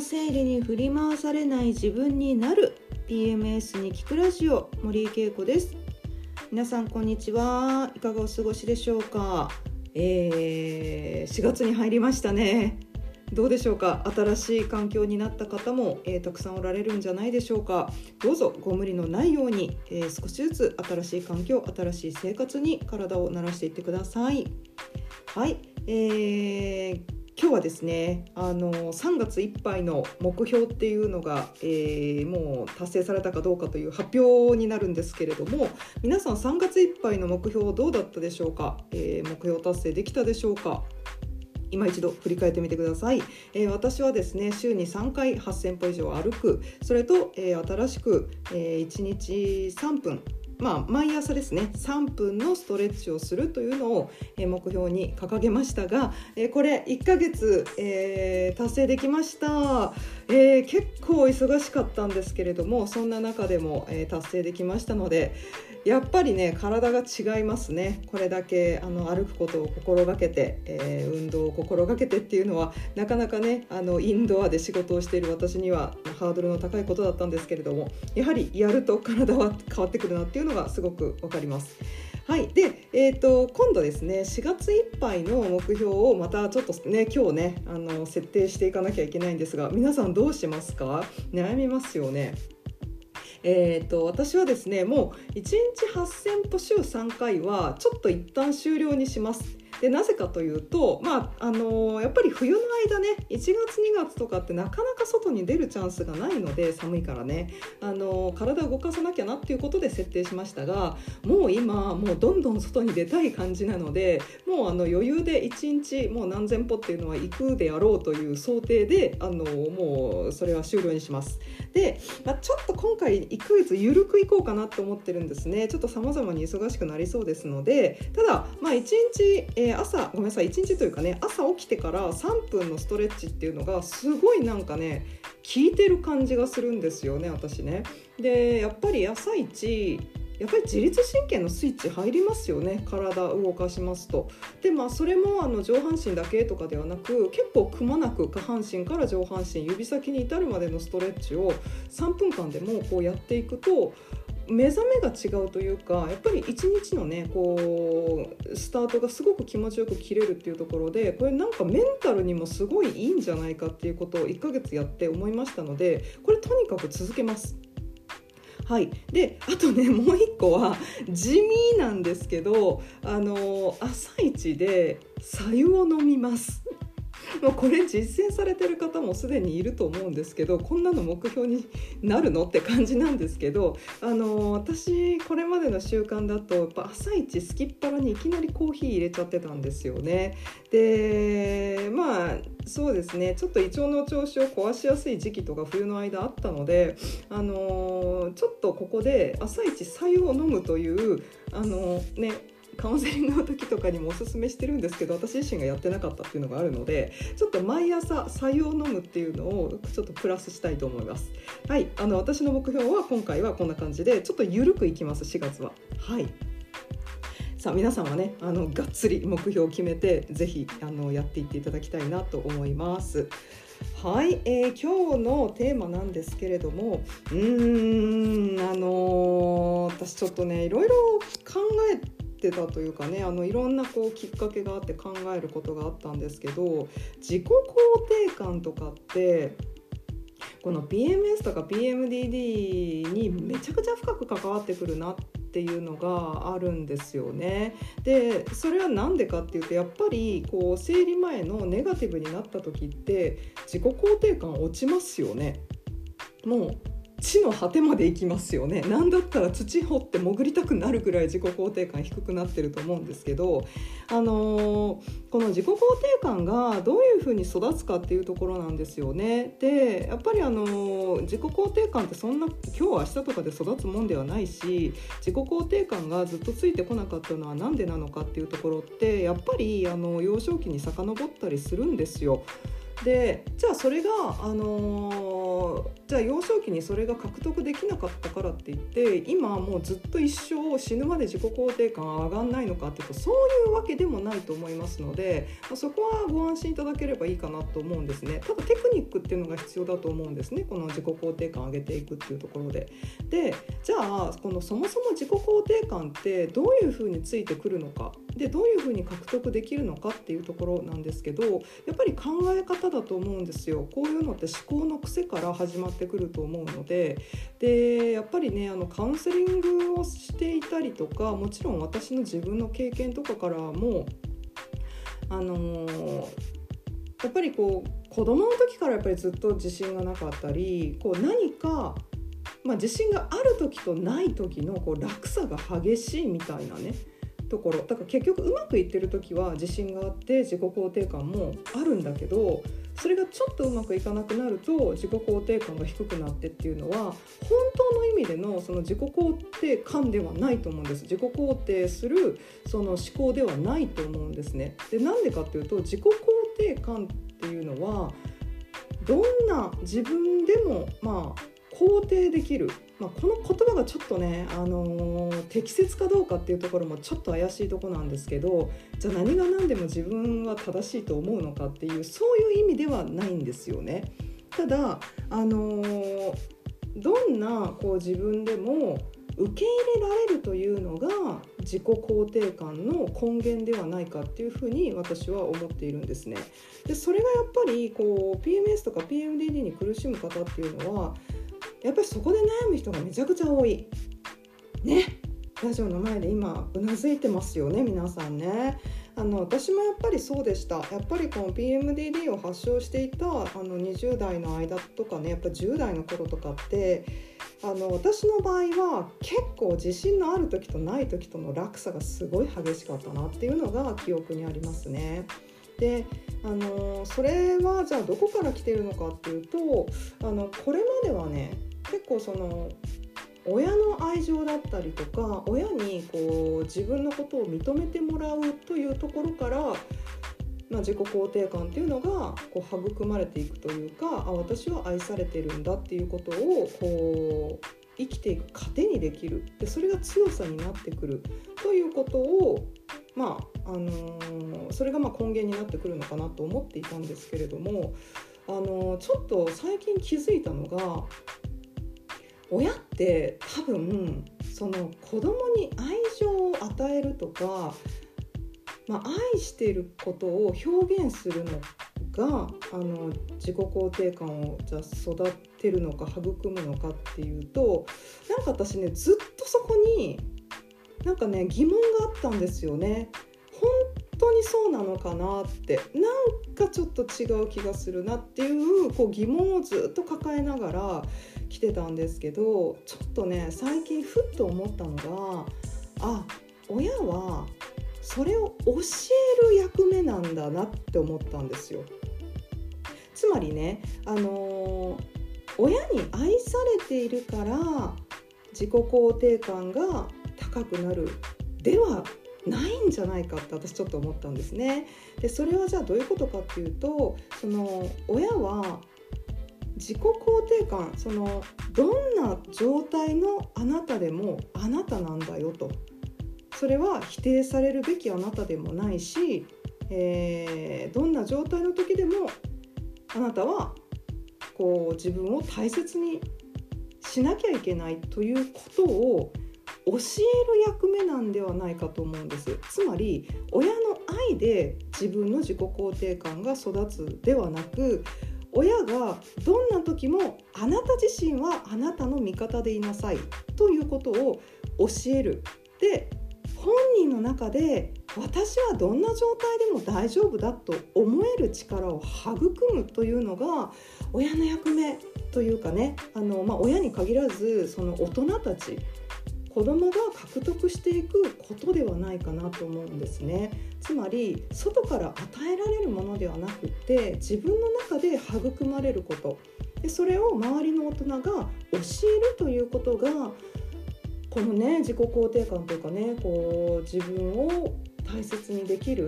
生理に振り回されない自分になる PMS に聞くラジオ、森井恵子です。皆さんこんにちは。いかがお過ごしでしょうか。4月に入りましたね。どうでしょうか。新しい環境になった方も、たくさんおられるんじゃないでしょうか。どうぞご無理のないように、少しずつ新しい環境、新しい生活に体を慣らしていってください。はい、今日はですね、3月いっぱいの目標っていうのが、もう達成されたかどうかという発表になるんですけれども、皆さん3月いっぱいの目標どうだったでしょうか。目標達成できたでしょうか。今一度振り返ってみてください。私はですね、週に3回8000歩以上歩く、それと、新しく、1日3分、毎朝ですね3分のストレッチをするというのを目標に掲げましたが、これ1ヶ月、達成できました。結構忙しかったんですけれども、そんな中でも、達成できましたので、やっぱりね体が違いますね。これだけ歩くことを心がけて、運動を心がけてっていうのはなかなかねインドアで仕事をしている私にはハードルの高いことだったんですけれども、やはりやると体は変わってくるなっていうのがすごくわかります。はい。で、今度ですね4月いっぱいの目標をまたちょっとね今日ね設定していかなきゃいけないんですが、皆さんどうしますか。悩みますよね。私はですねもう1日8000歩週3回はちょっと一旦終了にします。でなぜかというと、やっぱり冬の間ね1月2月とかってなかなか外に出るチャンスがないので、寒いからね体を動かさなきゃなっていうことで設定しましたが、もう今もうどんどん外に出たい感じなので、もう余裕で1日もう何千歩っていうのは行くであろうという想定でもうそれは終了にします。で、ちょっと今回1ヶ月緩くいこうかなと思ってるんですね。ちょっと様々に忙しくなりそうですので、ただ1日、1日というかね朝起きてから3分のストレッチっていうのがすごいなんかね効いてる感じがするんですよね、私ね。でやっぱり朝一自律神経のスイッチ入りますよね、体を動かしますと。でそれも上半身だけとかではなく、結構くまなく下半身から上半身指先に至るまでのストレッチを3分間でもこうやっていくと目覚めが違うというか、やっぱり一日のねスタートがすごく気持ちよく切れるっていうところで、これなんかメンタルにもすごいいいんじゃないかっていうことを1ヶ月やって思いましたので、これとにかく続けます。はい。であとねもう一個は地味なんですけど、朝一で白湯を飲みますこれ実践されてる方もすでにいると思うんですけど、こんなの目標になるのって感じなんですけど、私これまでの習慣だとやっぱ朝一すきっ腹にいきなりコーヒー入れちゃってたんですよね。でそうですね、ちょっと胃腸の調子を壊しやすい時期とか冬の間あったので、ちょっとここで朝一白湯を飲むというカウンセリングの時とかにもおすすめしてるんですけど、私自身がやってなかったっていうのがあるので、ちょっと毎朝白湯を飲むっていうのをちょっとプラスしたいと思います。はい。私の目標は今回はこんな感じでちょっと緩くいきます。4月は。はい。さあ皆さんはねがっつり目標を決めてぜひやっていっていただきたいなと思います。はい、今日のテーマなんですけれども、私ちょっとねいろいろ考えてたというかねいろんなきっかけがあって考えることがあったんですけど、自己肯定感とかってこの PMS とか PMDD にめちゃくちゃ深く関わってくるなっていうのがあるんですよね。でそれはなんでかっていうと、やっぱり生理前のネガティブになった時って自己肯定感落ちますよね。もう地の果てまで行きますよね。なんだったら土掘って潜りたくなるぐらい自己肯定感低くなってると思うんですけど、この自己肯定感がどういうふうに育つかっていうところなんですよね。でやっぱり自己肯定感ってそんな今日明日とかで育つもんではないし、自己肯定感がずっとついてこなかったのはなんでなのかっていうところってやっぱり幼少期に遡ったりするんですよ。でじゃあそれがじゃあ幼少期にそれが獲得できなかったからって言って今もうずっと一生死ぬまで自己肯定感上がんないのかっていうと、そういうわけでもないと思いますので、そこはご安心いただければいいかなと思うんですね。ただテクニックっていうのが必要だと思うんですね、この自己肯定感上げていくっていうところで。でじゃあこのそもそも自己肯定感ってどういうふうについてくるのかで、どういうふうに獲得できるのかっていうところなんですけど、やっぱり考え方だと思うんですよ。こういうのって思考の癖から始まってくると思うので、やっぱりねカウンセリングをしていたりとか、もちろん私の自分の経験とかからもやっぱり子供の時からやっぱりずっと自信がなかったり、何か自信がある時とない時の落差が激しいみたいなねところだから、結局うまくいってる時は自信があって自己肯定感もあるんだけど、それがちょっとうまくいかなくなると自己肯定感が低くなってっていうのは、本当の意味でのその自己肯定感ではないと思うんです。自己肯定するその思考ではないと思うんですね。でなんでかっていうと、自己肯定感っていうのはどんな自分でも肯定できる、この言葉がちょっとね、適切かどうかっていうところもちょっと怪しいところなんですけど、じゃあ何が何でも自分は正しいと思うのかっていう、そういう意味ではないんですよね。ただどんな自分でも受け入れられるというのが自己肯定感の根源ではないかっていうふうに私は思っているんですね。でそれがやっぱりPMS とか PMDD に苦しむ方っていうのは、やっぱりそこで悩む人がめちゃくちゃ多いね。ラジオの前で今うなずいてますよね、皆さんね。私もやっぱりそうでした。やっぱりこの PMDD を発症していた20代の間とかね、やっぱ10代の頃とかって私の場合は結構自信のある時とない時との落差がすごい激しかったなっていうのが記憶にありますね。でそれはじゃあどこから来ているのかっていうと、これまではね結構親の愛情だったりとか、親に自分のことを認めてもらうというところから、自己肯定感っていうのが育まれていくというか、私は愛されてるんだっていうことを生きていく糧にできる。でそれが強さになってくるということをそれが根源になってくるのかなと思っていたんですけれども、ちょっと最近気づいたのが、親って多分その子供に愛情を与えるとか、愛していることを表現するのが自己肯定感をじゃあ育てるのか育むのかっていうと、なんか私ねずっとそこに疑問があったんですよね。本当にそうなのかなって、なんかちょっと違う気がするなっていう疑問をずっと抱えながら来てたんですけど、ちょっとね最近ふっと思ったのが、親はそれを教える役目なんだなって思ったんですよ。つまりね、親に愛されているから自己肯定感が高くなるではないんじゃないかって私ちょっと思ったんですね。でそれはじゃあどういうことかっていうと、親は自己肯定感、どんな状態のあなたでもあなたなんだよと。それは否定されるべきあなたでもないし、どんな状態の時でもあなたは自分を大切にしなきゃいけないということを教える役目なんではないかと思うんです。つまり親の愛で自分の自己肯定感が育つではなく、親がどんな時もあなた自身はあなたの味方でいなさいということを教える。で本人の中で私はどんな状態でも大丈夫だと思える力を育むというのが親の役目というかね、親に限らず大人たち、子供が獲得していくことではないかなと思うんですね。つまり外から与えられるものではなくて、自分の中で育まれることで、それを周りの大人が教えるということが自己肯定感というかね、自分を大切にできる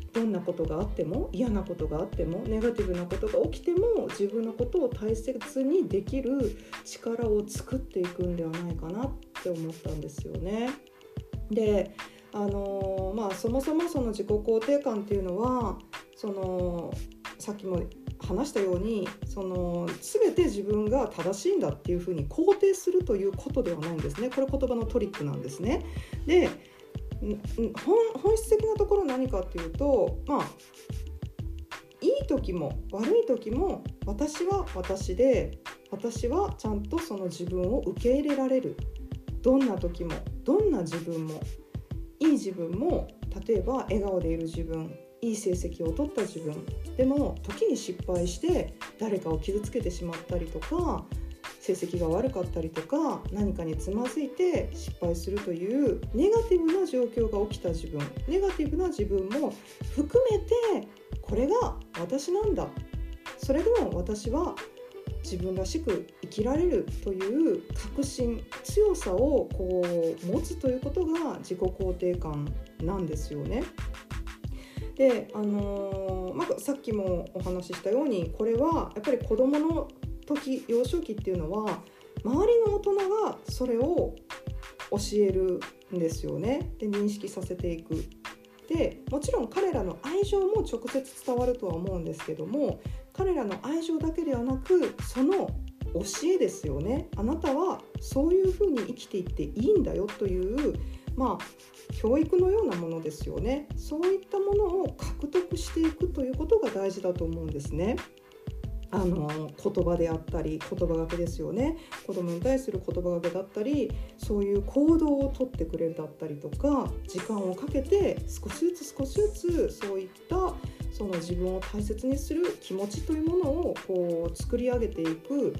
どんなことがあっても、嫌なことがあっても、ネガティブなことが起きても、自分のことを大切にできる力を作っていくんではないかなって思ったんですよね。で、そもそもその自己肯定感っていうのは、さっきも話したように、全て自分が正しいんだっていうふうに肯定するということではないんですね。これ言葉のトリックなんですね。で、本質的なところ何かっていうと、いい時も悪い時も私は私で、私はちゃんとその自分を受け入れられる。どんな時も、どんな自分も、いい自分も、例えば笑顔でいる自分、いい成績を取った自分でも、時に失敗して誰かを傷つけてしまったりとか、成績が悪かったりとか、何かにつまずいて失敗するというネガティブな状況が起きた自分、ネガティブな自分も含めて、これが私なんだ、それでも私は自分らしく生きられるという確信、強さを持つということが自己肯定感なんですよね。で、さっきもお話ししたように、これはやっぱり子どもの時、幼少期っていうのは周りの大人がそれを教えるんですよね。で、認識させていく。で、もちろん彼らの愛情も直接伝わるとは思うんですけども、彼らの愛情だけではなく、その教えですよね。あなたはそういうふうに生きていっていいんだよという、教育のようなものですよね。そういったものを獲得していくということが大事だと思うんですね。言葉であったり、言葉がけですよね。子供に対する言葉がけだったり、そういう行動をとってくれるだったりとか、時間をかけて少しずつそういったその自分を大切にする気持ちというものを作り上げていく、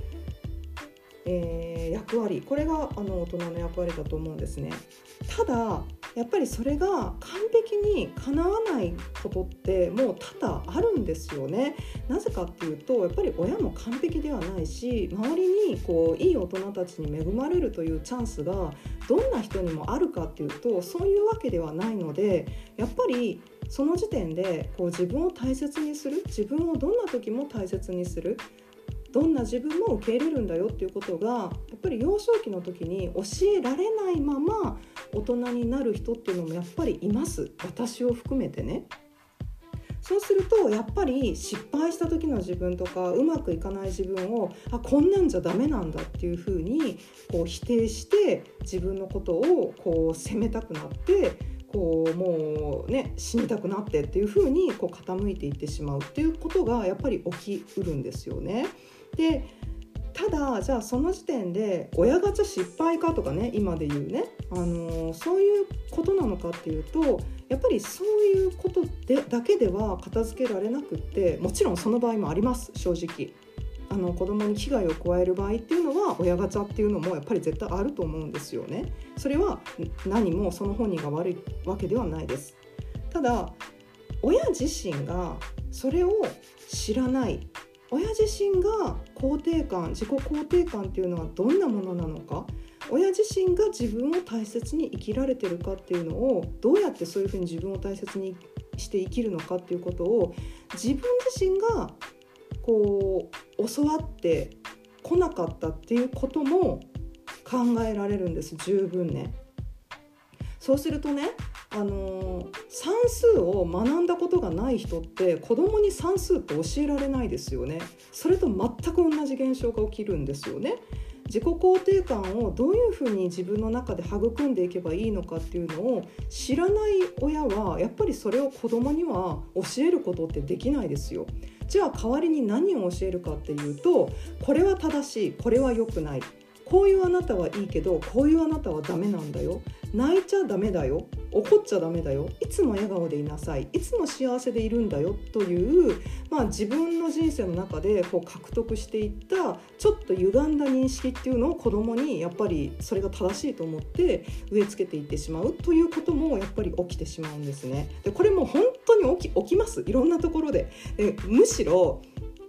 役割、これが大人の役割だと思うんですね。ただやっぱりそれが完璧にかなわないことってもう多々あるんですよね。なぜかっていうと、やっぱり親も完璧ではないし、周りにいい大人たちに恵まれるというチャンスがどんな人にもあるかっていうと、そういうわけではないので、やっぱりその時点で自分を大切にする、自分をどんな時も大切にする、どんな自分も受け入れるんだよっていうことが、やっぱり幼少期の時に教えられないまま大人になる人っていうのもやっぱりいます。私を含めてね。そうするとやっぱり失敗した時の自分とか、うまくいかない自分をこんなんじゃダメなんだっていうふうに否定して、自分のことを責めたくなって、もうね、死にたくなってっていうふうに傾いていってしまうっていうことがやっぱり起きうるんですよね。で、ただじゃあその時点で親ガチャ失敗かとかね、今で言うね、そういうことなのかっていうと、やっぱりそういうことだけでは片付けられなくって、もちろんその場合もあります。正直子供に危害を加える場合っていうのは、親ガチャっていうのもやっぱり絶対あると思うんですよね。それは何もその本人が悪いわけではないです。ただ親自身がそれを知らない、親自身が肯定感、自己肯定感っていうのはどんなものなのか、親自身が自分を大切に生きられてるかっていうのを、どうやってそういうふうに自分を大切にして生きるのかっていうことを、自分自身が教わってこなかったっていうことも考えられるんです。十分ね。そうするとね、算数を学んだことがない人って子供に算数って教えられないですよね。それと全く同じ現象が起きるんですよね。自己肯定感をどういうふうに自分の中で育んでいけばいいのかっていうのを知らない親は、やっぱりそれを子供には教えることってできないですよ。じゃあ代わりに何を教えるかっていうと、これは正しい、これは良くない、こういうあなたはいいけどこういうあなたはダメなんだよ、泣いちゃダメだよ、怒っちゃダメだよ、いつも笑顔でいなさい、いつも幸せでいるんだよという、自分の人生の中で獲得していったちょっと歪んだ認識っていうのを子供にやっぱりそれが正しいと思って植え付けていってしまうということもやっぱり起きてしまうんですね。でこれも本当に起きます。いろんなところで。むしろ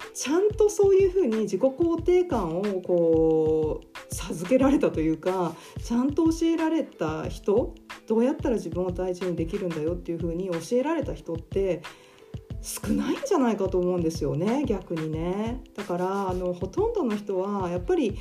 ちゃんとそういうふうに自己肯定感をこう授けられたというか、ちゃんと教えられた人、どうやったら自分を大事にできるんだよっていうふうに教えられた人って少ないんじゃないかと思うんですよね、逆にね。だからほとんどの人はやっぱり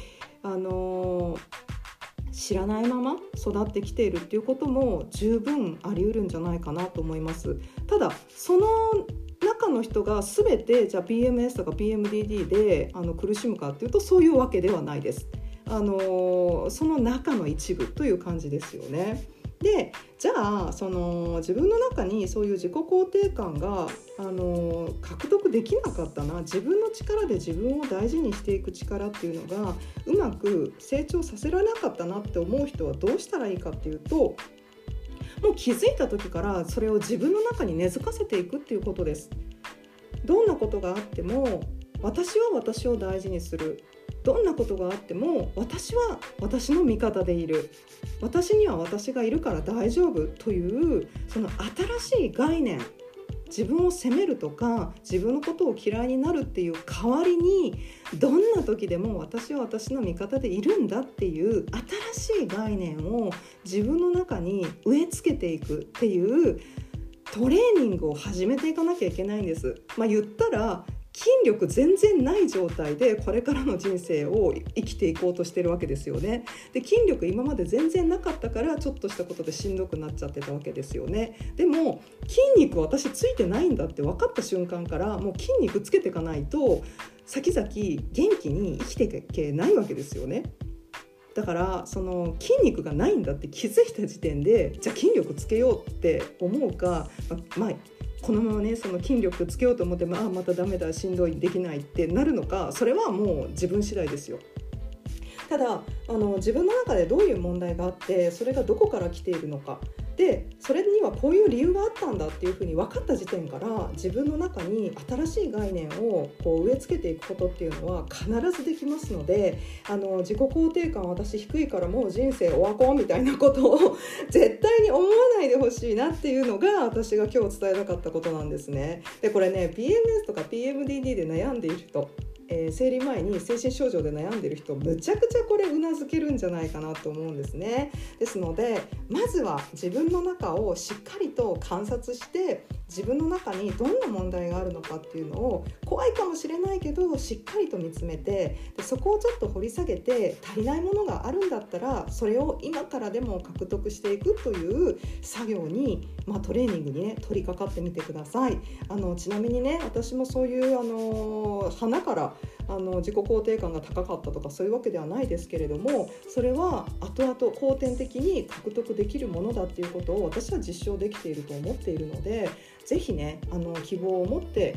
知らないまま育ってきているっていうことも十分あり得るんじゃないかなと思います。ただその中の人が全てじゃあ PMS とか PMDD で苦しむかっていうとそういうわけではないです。その中の一部という感じですよね。でじゃあ自分の中にそういう自己肯定感が獲得できなかったな、自分の力で自分を大事にしていく力っていうのがうまく成長させられなかったなって思う人はどうしたらいいかっていうと、もう気づいた時からそれを自分の中に根付かせていくっていうことです。どんなことがあっても私は私を大事にする、どんなことがあっても私は私の味方でいる、私には私がいるから大丈夫というその新しい概念、自分を責めるとか自分のことを嫌いになるっていう代わりに、どんな時でも私は私の味方でいるんだっていう新しい概念を自分の中に植え付けていくっていうトレーニングを始めていかなきゃいけないんです。言ったら筋力全然ない状態でこれからの人生を生きていこうとしてるわけですよね。で筋力今まで全然なかったからちょっとしたことでしんどくなっちゃってたわけですよね。でも筋肉私ついてないんだって分かった瞬間からもう筋肉つけていかないと先々元気に生きていけないわけですよね。だからその筋肉がないんだって気づいた時点でじゃあ筋力つけようって思うか、このままねその筋力つけようと思ってまたダメだしんどいできないってなるのか、それはもう自分次第ですよ。ただ自分の中でどういう問題があってそれがどこから来ているのかで、それにはこういう理由があったんだっていうふうに分かった時点から自分の中に新しい概念を植え付けていくことっていうのは必ずできますので、自己肯定感私低いからもう人生オワコンみたいなことを絶対に思わないでほしいなっていうのが私が今日伝えたかったことなんですね。でこれね PMS とか PMDD で悩んでいる人、生理前に精神症状で悩んでいる人むちゃくちゃこれうなずけるんじゃないかなと思うんですね。ですのでまずは自分の中をしっかりと観察して自分の中にどんな問題があるのかっていうのを怖いかもしれないけどしっかりと見つめて、でそこをちょっと掘り下げて足りないものがあるんだったらそれを今からでも獲得していくという作業に、トレーニングにね取り掛かってみてください。ちなみにね私もそういう花から自己肯定感が高かったとかそういうわけではないですけれども、それは後々後天的に獲得できるものだっていうことを私は実証できていると思っているので、ぜひね希望を持って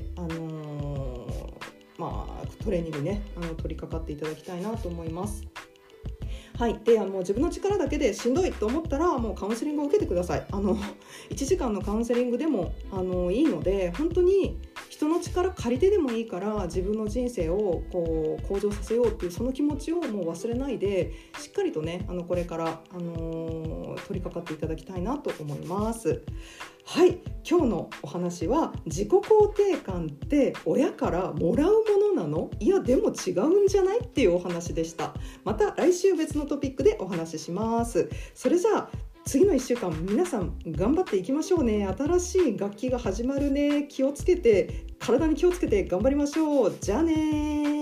トレーニングにね取り掛かっていただきたいなと思います。はい、で自分の力だけでしんどいと思ったらもうカウンセリングを受けてください。1時間のカウンセリングでもいいので、本当に人の力借りてでもいいから自分の人生を向上させようっていうその気持ちをもう忘れないでしっかりとねこれから、取り掛かっていただきたいなと思います。はい、今日のお話は自己肯定感って親からもらうものなの？いやでも違うんじゃないっていうお話でした。また来週別のトピックでお話しします。それじゃあ次の1週間皆さん頑張っていきましょうね。新しい学期が始まるね。体に気をつけて頑張りましょう。じゃあね。